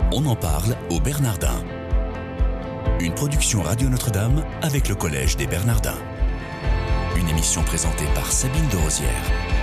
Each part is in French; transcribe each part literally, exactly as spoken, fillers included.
On en parle aux Bernardins. Une production Radio Notre-Dame avec le Collège des Bernardins. Une émission présentée par Sabine de Rosière.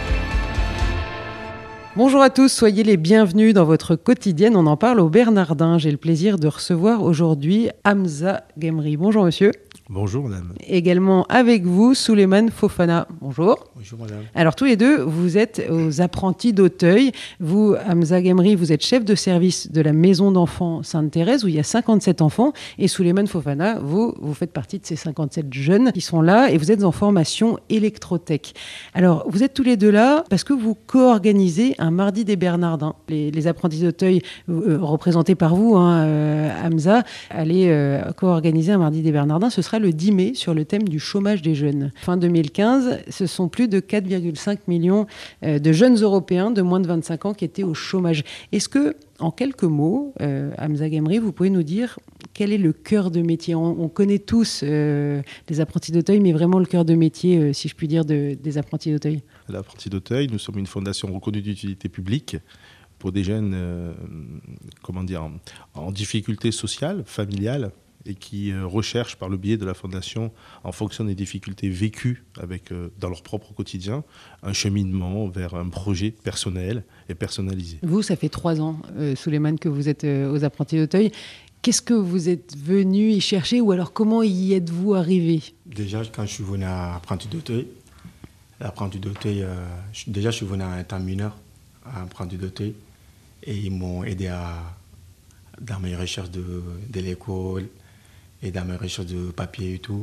Bonjour à tous, soyez les bienvenus dans votre quotidienne. On en parle aux Bernardins. J'ai le plaisir de recevoir aujourd'hui Hamza Ghemri. Bonjour monsieur. Bonjour madame. Également avec vous, Souleymane Fofana. Bonjour. Bonjour madame. Alors tous les deux, vous êtes aux apprentis d'Auteuil. Vous, Hamza Ghemri, vous êtes chef de service de la maison d'enfants Sainte-Thérèse où il y a cinquante-sept enfants. Et Souleymane Fofana, vous, vous faites partie de ces cinquante-sept jeunes qui sont là et vous êtes en formation électrotech. Alors vous êtes tous les deux là parce que vous co-organisez un mardi des Bernardins. Les, les apprentis d'Auteuil, euh, représentés par vous, hein, euh, Hamza, allez euh, co-organiser un mardi des Bernardins. Ce sera le dix mai sur le thème du chômage des jeunes. Fin deux mille quinze, ce sont plus de quatre virgule cinq millions de jeunes Européens de moins de vingt-cinq ans qui étaient au chômage. Est-ce que, en quelques mots, euh, Hamza Ghemri, vous pouvez nous dire quel est le cœur de métier ? on, on connaît tous euh, les apprentis d'Auteuil, mais vraiment le cœur de métier, euh, si je puis dire, de, des apprentis d'Auteuil. L'apprenti d'Auteuil, nous sommes une fondation reconnue d'utilité publique pour des jeunes euh, comment dire, en, en difficulté sociale, familiale, et qui euh, recherchent par le biais de la Fondation, en fonction des difficultés vécues avec, euh, dans leur propre quotidien, un cheminement vers un projet personnel et personnalisé. Vous, ça fait trois ans, euh, Souleymane, que vous êtes euh, aux apprentis d'Auteuil. Qu'est-ce que vous êtes venu y chercher ou alors comment y êtes-vous arrivé ? Déjà, quand je suis venu à Apprenti d'Auteuil, l'apprenti d'Auteuil, euh, je, déjà je suis venu à un temps mineur à Apprenti d'Auteuil et ils m'ont aidé à, dans mes recherches de, de l'école et dans mes recherches de papier et tout.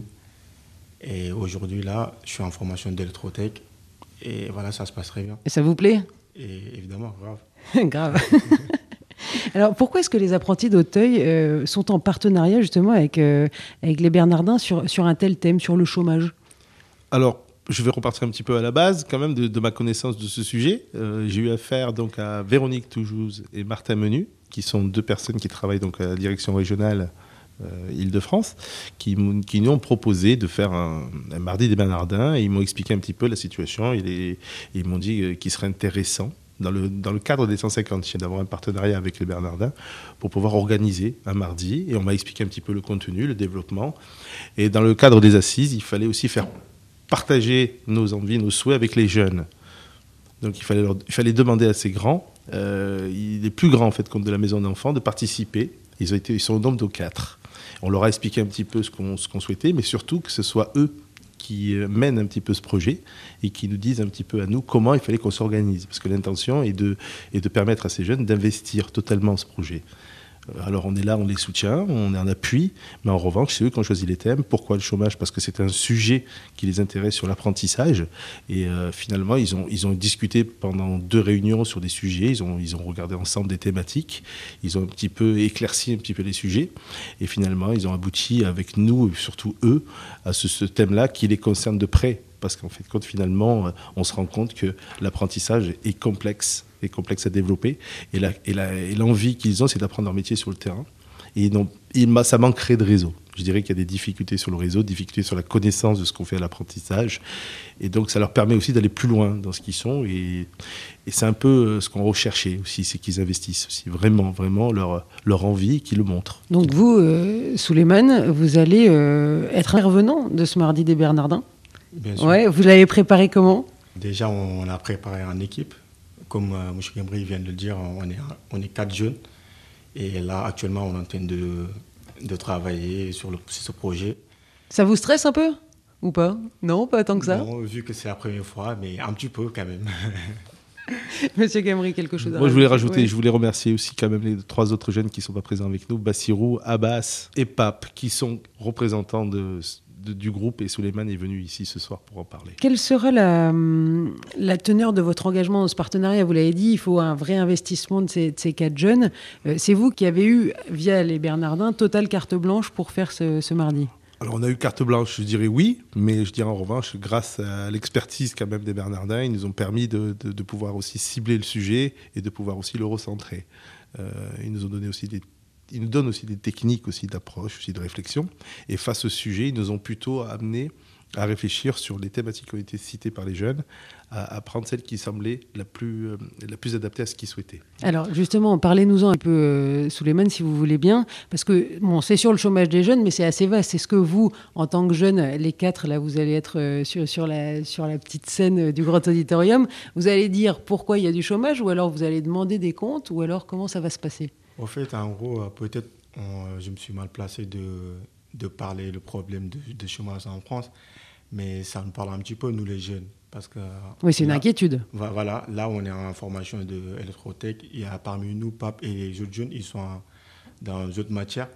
Et aujourd'hui, là, je suis en formation d'électrotech et voilà, ça se passe très bien. Et ça vous plaît ? Et évidemment, grave. Grave. Alors, pourquoi est-ce que les apprentis d'Auteuil euh, sont en partenariat justement avec, euh, avec les Bernardins sur, sur un tel thème, sur le chômage ? Alors, je vais repartir un petit peu à la base quand même de, de ma connaissance de ce sujet. Euh, j'ai eu affaire donc à Véronique Toujouz et Martin Menu, qui sont deux personnes qui travaillent donc à la direction régionale Euh, Île-de-France, qui, qui nous ont proposé de faire un, un mardi des Bernardins et ils m'ont expliqué un petit peu la situation et, les, et ils m'ont dit euh, qu'il serait intéressant dans le, dans le cadre des cent cinquantième d'avoir un partenariat avec les Bernardins pour pouvoir organiser un mardi et on m'a expliqué un petit peu le contenu, le développement et dans le cadre des assises il fallait aussi faire partager nos envies, nos souhaits avec les jeunes. Donc il fallait, leur, il fallait demander à ces grands, euh, les plus grands en fait comme de la maison d'enfants, de participer. Ils, ont été, ils sont au nombre de quatre. On leur a expliqué un petit peu ce qu'on, ce qu'on souhaitait, mais surtout que ce soit eux qui mènent un petit peu ce projet et qui nous disent un petit peu à nous comment il fallait qu'on s'organise. Parce que l'intention est de, est de permettre à ces jeunes d'investir totalement ce projet. Alors on est là, on les soutient, on est en appui, mais en revanche, c'est eux qui ont choisi les thèmes. Pourquoi le chômage ? Parce que c'est un sujet qui les intéresse sur l'apprentissage. Et euh, finalement, ils ont, ils ont discuté pendant deux réunions sur des sujets, ils ont, ils ont regardé ensemble des thématiques, ils ont un petit peu éclairci un petit peu les sujets. Et finalement, ils ont abouti avec nous, et surtout eux, à ce, ce thème-là qui les concerne de près. Parce qu'en fait, quand finalement, on se rend compte que l'apprentissage est complexe, est complexe à développer. Et, la, et, la, et l'envie qu'ils ont, c'est d'apprendre leur métier sur le terrain. Et non, il, ça manquerait de réseau. Je dirais qu'il y a des difficultés sur le réseau, difficultés sur la connaissance de ce qu'on fait à l'apprentissage. Et donc, ça leur permet aussi d'aller plus loin dans ce qu'ils sont. Et, et c'est un peu ce qu'on recherchait aussi, c'est qu'ils investissent aussi vraiment, vraiment leur, leur envie et qu'ils le montrent. Donc vous, euh, Souleymane, vous allez euh, être intervenant de ce mardi des Bernardins ? Bien sûr. Ouais, vous l'avez préparé comment ? Déjà, on a préparé en équipe. Comme euh, M. Ghemri vient de le dire, on est, on est quatre jeunes. Et là, actuellement, on est en train de, de travailler sur, le, sur ce projet. Ça vous stresse un peu ? Ou pas ? Non, pas tant que ça ? Bon, vu que c'est la première fois, mais un petit peu quand même. Monsieur Ghemri, quelque chose à Moi, je voulais rajouter, ouais. je voulais remercier aussi quand même les trois autres jeunes qui ne sont pas présents avec nous, Bassirou, Abbas et Pape, qui sont représentants de... De, du groupe et Souleymane est venu ici ce soir pour en parler. Quelle sera la, la teneur de votre engagement dans ce partenariat ? Vous l'avez dit, il faut un vrai investissement de ces, de ces quatre jeunes. Euh, c'est vous qui avez eu, via les Bernardins, totale carte blanche pour faire ce, ce mardi. Alors on a eu carte blanche, je dirais oui, mais je dirais en revanche, grâce à l'expertise quand même des Bernardins, ils nous ont permis de, de, de pouvoir aussi cibler le sujet et de pouvoir aussi le recentrer. Euh, ils nous ont donné aussi des Ils nous donnent aussi des techniques aussi d'approche, aussi de réflexion. Et face au sujet, ils nous ont plutôt amené à réfléchir sur les thématiques qui ont été citées par les jeunes, à, à prendre celle qui semblait la plus, euh, la plus adaptée à ce qu'ils souhaitaient. Alors justement, parlez-nous-en un peu, euh, Souleymane, si vous voulez bien, parce que bon, c'est sur le chômage des jeunes, mais c'est assez vaste. Est-ce que vous, en tant que jeunes, les quatre, là, vous allez être euh, sur, sur, la, sur la petite scène du grand auditorium, vous allez dire pourquoi il y a du chômage, ou alors vous allez demander des comptes, ou alors comment ça va se passer? En fait, en gros, peut-être on, je me suis mal placé de, de parler le problème de, de chômage en France, mais ça nous parle un petit peu, nous les jeunes. Parce que, oui, c'est une là, inquiétude. Voilà, là on est en formation d'électrotech, il y a parmi nous, Pape et les autres jeunes, ils sont en, dans d'autres matières.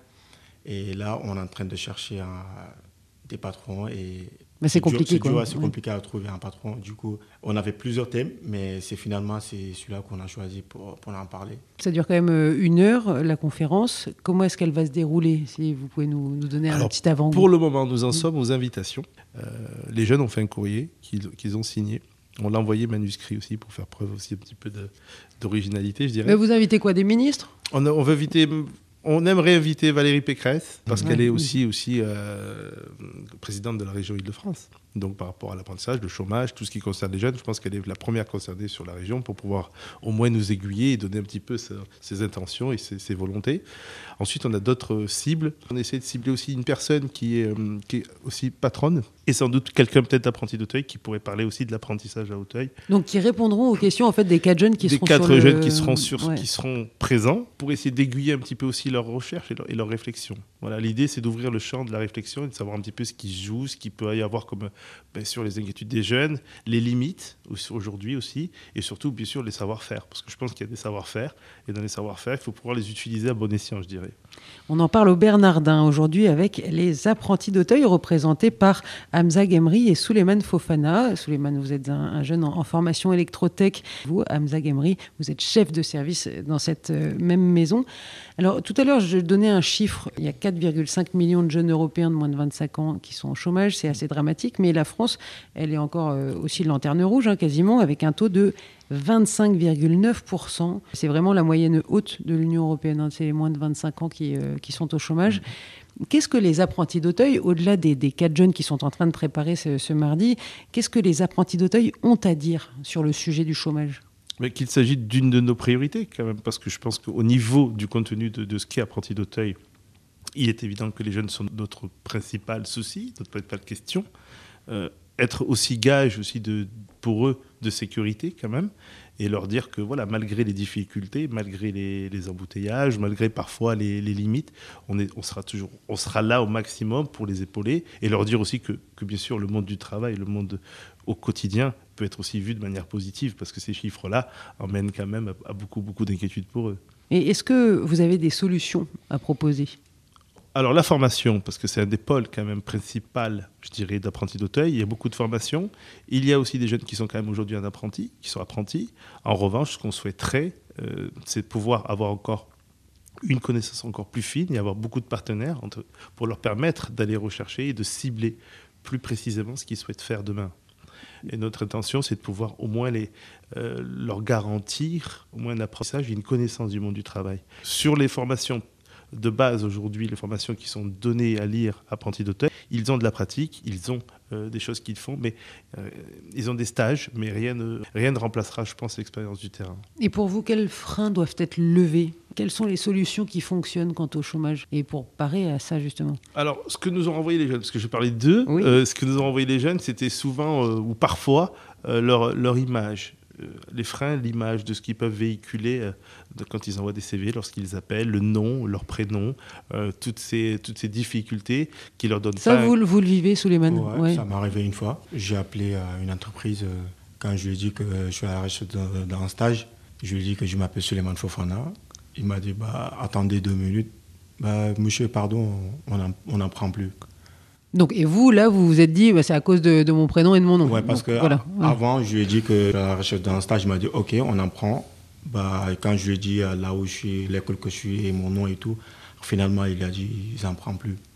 Et là, on est en train de chercher un, des patrons. Et mais c'est, c'est compliqué, dur, quoi. C'est, dur, c'est ouais. compliqué à trouver un patron. Du coup, on avait plusieurs thèmes, mais c'est finalement c'est celui-là qu'on a choisi pour, pour en parler. Ça dure quand même une heure, la conférence. Comment est-ce qu'elle va se dérouler? Si vous pouvez nous, nous donner Alors, un petit avant-goût. Pour le moment, nous en sommes aux invitations. Euh, les jeunes ont fait un courrier qu'ils, qu'ils ont signé. On l'a envoyé manuscrit aussi pour faire preuve aussi un petit peu de, d'originalité, je dirais. Mais vous invitez quoi, des ministres? on, a, on veut inviter... On aimerait inviter Valérie Pécresse, parce ouais, qu'elle est oui. aussi, aussi euh, présidente de la région Île-de-France. Donc par rapport à l'apprentissage, le chômage, tout ce qui concerne les jeunes, je pense qu'elle est la première concernée sur la région pour pouvoir au moins nous aiguiller et donner un petit peu ses, ses intentions et ses, ses volontés. Ensuite, on a d'autres cibles. On essaie de cibler aussi une personne qui est, euh, qui est aussi patronne et sans doute quelqu'un peut-être d'apprenti d'Auteuil qui pourrait parler aussi de l'apprentissage à Auteuil. Donc qui répondront aux questions en fait, des quatre jeunes qui des seront quatre sur jeunes le... qui seront, sur, ouais. qui seront présents pour essayer d'aiguiller un petit peu aussi leur recherche et leur, et leur réflexion. Voilà, l'idée, c'est d'ouvrir le champ de la réflexion et de savoir un petit peu ce qui se joue, ce qu'il peut y avoir comme, bien sûr, les inquiétudes des jeunes, les limites aujourd'hui aussi, et surtout, bien sûr, les savoir-faire. Parce que je pense qu'il y a des savoir-faire, et dans les savoir-faire, il faut pouvoir les utiliser à bon escient, je dirais. On en parle au Bernardin aujourd'hui avec les apprentis d'Auteuil représentés par Hamza Gemri et Souleymane Fofana. Souleymane, vous êtes un, un jeune en, en formation électrotech. Vous, Hamza Gemri, vous êtes chef de service dans cette euh, même maison. Alors, tout à l'heure, je donnais un chiffre. Il y a quatre virgule cinq millions de jeunes européens de moins de vingt-cinq ans qui sont au chômage. C'est assez dramatique. Mais la France, elle est encore euh, aussi lanterne rouge, hein, quasiment, avec un taux de vingt-cinq virgule neuf pour cent. C'est vraiment la moyenne haute de l'Union européenne. Hein. C'est les moins de vingt-cinq ans qui, euh, qui sont au chômage. Qu'est-ce que les apprentis d'Auteuil, au-delà des, des quatre jeunes qui sont en train de préparer ce, ce mardi, qu'est-ce que les apprentis d'Auteuil ont à dire sur le sujet du chômage ? Mais qu'il s'agit d'une de nos priorités quand même, parce que je pense qu'au niveau du contenu de, de ce qu'est Apprentis d'Auteuil, il est évident que les jeunes sont notre principal souci, notre principale question. Euh, être aussi gage aussi de, pour eux de sécurité quand même, et leur dire que voilà, malgré les difficultés, malgré les, les embouteillages, malgré parfois les, les limites, on, est, on, sera toujours, on sera là au maximum pour les épauler, et leur dire aussi que, que bien sûr le monde du travail, le monde au quotidien peut être aussi vu de manière positive, parce que ces chiffres-là emmènent quand même à, à beaucoup, beaucoup d'inquiétudes pour eux. Et est-ce que vous avez des solutions à proposer ? Alors la formation, parce que c'est un des pôles quand même principal, je dirais, d'apprentis d'Auteuil. Il y a beaucoup de formations. Il y a aussi des jeunes qui sont quand même aujourd'hui en apprentis, qui sont apprentis. En revanche, ce qu'on souhaiterait, euh, c'est de pouvoir avoir encore une connaissance encore plus fine et avoir beaucoup de partenaires entre, pour leur permettre d'aller rechercher et de cibler plus précisément ce qu'ils souhaitent faire demain. Et notre intention, c'est de pouvoir au moins les, euh, leur garantir au moins un apprentissage et une connaissance du monde du travail. Sur les formations de base aujourd'hui, les formations qui sont données à lire apprentis d'Auteuil, ils ont de la pratique, ils ont euh, des choses qu'ils font, mais euh, ils ont des stages, mais rien ne, rien ne remplacera, je pense, l'expérience du terrain. Et pour vous, quels freins doivent être levés ? Quelles sont les solutions qui fonctionnent quant au chômage ? Et pour parer à ça, justement. Alors, ce que nous ont renvoyé les jeunes, parce que je parlais d'eux, oui. euh, ce que nous ont renvoyé les jeunes, c'était souvent, euh, ou parfois, euh, leur, leur image. Les freins, l'image de ce qu'ils peuvent véhiculer euh, de, quand ils envoient des C V, lorsqu'ils appellent, le nom, leur prénom, euh, toutes, ces, toutes ces difficultés qui leur donnent ça, pas... Ça, vous, vous le vivez, Souleymane ? Ouais, ouais. Ça m'est arrivé une fois. J'ai appelé euh, une entreprise, euh, quand je lui ai dit que je suis à la recherche d'un, d'un stage, je lui ai dit que je m'appelle Souleymane Fofana. Il m'a dit, bah, attendez deux minutes. Bah, monsieur, pardon, on n'en prend plus. Donc, et vous, là, vous vous êtes dit, bah, c'est à cause de, de mon prénom et de mon nom. Oui, parce Donc, que voilà. avant, je lui ai dit que la recherche d'un stage, il m'a dit, OK, on en prend. Bah, quand je lui ai dit là où je suis, l'école que je suis et mon nom et tout, finalement, il a dit, ils n'en prennent plus.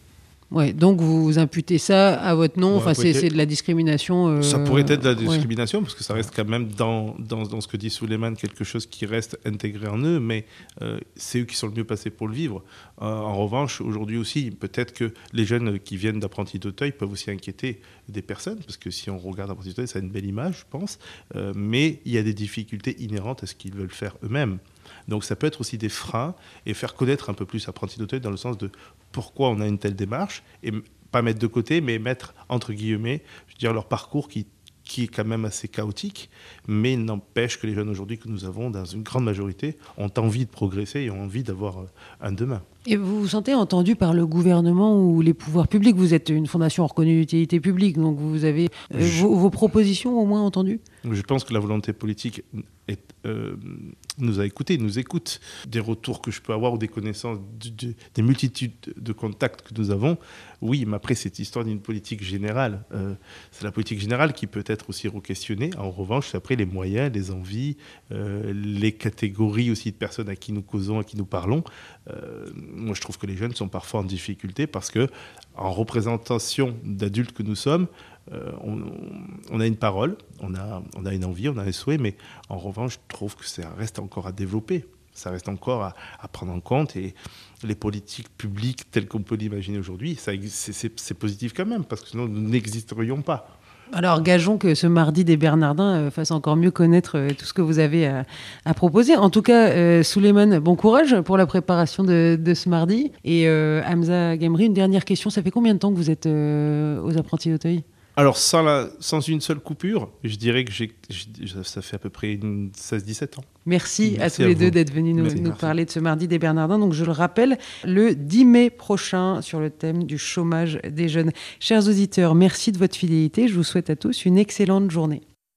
Ouais, donc vous imputez ça à votre nom, Ouais, enfin, c'est, peut-être- c'est de la discrimination. euh, Ça pourrait être de la ouais. discrimination, parce que ça reste quand même dans, dans, dans ce que dit Souleymane quelque chose qui reste intégré en eux, mais euh, c'est eux qui sont le mieux placés pour le vivre. Euh, en revanche, aujourd'hui aussi, peut-être que les jeunes qui viennent d'apprentis d'Auteuil peuvent aussi inquiéter des personnes, parce que si on regarde apprentis d'Auteuil, ça a une belle image, je pense, euh, mais il y a des difficultés inhérentes à ce qu'ils veulent faire eux-mêmes. Donc ça peut être aussi des freins, et faire connaître un peu plus apprentis d'Auteuil dans le sens de pourquoi on a une telle démarche, et pas mettre de côté, mais mettre entre guillemets, je veux dire, leur parcours qui, qui est quand même assez chaotique, mais n'empêche que les jeunes aujourd'hui que nous avons, dans une grande majorité, ont envie de progresser et ont envie d'avoir un demain. Et vous vous sentez entendu par le gouvernement ou les pouvoirs publics? Vous êtes une fondation reconnue d'utilité publique, donc vous avez euh, Je- vos, vos propositions au moins entendues? Je pense que la volonté politique est, euh, nous a écoutés, nous écoute. Des retours que je peux avoir ou des connaissances, du- du- des multitudes de contacts que nous avons, oui, mais après, c'est l'histoire d'une politique générale. Euh, c'est la politique générale qui peut être aussi re-questionnée. En revanche, c'est après les moyens, les envies, euh, les catégories aussi de personnes à qui nous causons, à qui nous parlons. Euh, moi, je trouve que les jeunes sont parfois en difficulté parce que, en représentation d'adultes que nous sommes, euh, on, on a une parole, on a, on a une envie, on a un souhait, mais en revanche, je trouve que ça reste encore à développer. Ça reste encore à, à prendre en compte, et les politiques publiques telles qu'on peut l'imaginer aujourd'hui, ça, c'est, c'est, c'est positif quand même, parce que sinon nous n'existerions pas. Alors, gageons que ce mardi des Bernardins euh, fasse encore mieux connaître euh, tout ce que vous avez à, à proposer. En tout cas, euh, Souleymane, bon courage pour la préparation de, de ce mardi. Et euh, Hamza Gamri, une dernière question. Ça fait combien de temps que vous êtes euh, aux Apprentis d'Auteuil ? Alors, sans, la, sans une seule coupure, je dirais que j'ai, j'ai, ça fait à peu près seize dix-sept ans. Merci, Merci à tous à les vous. deux d'être venus nous, Merci, nous merci. parler de ce mardi des Bernardins. Donc, je le rappelle, le dix mai prochain, sur le thème du chômage des jeunes. Chers auditeurs, merci de votre fidélité. Je vous souhaite à tous une excellente journée.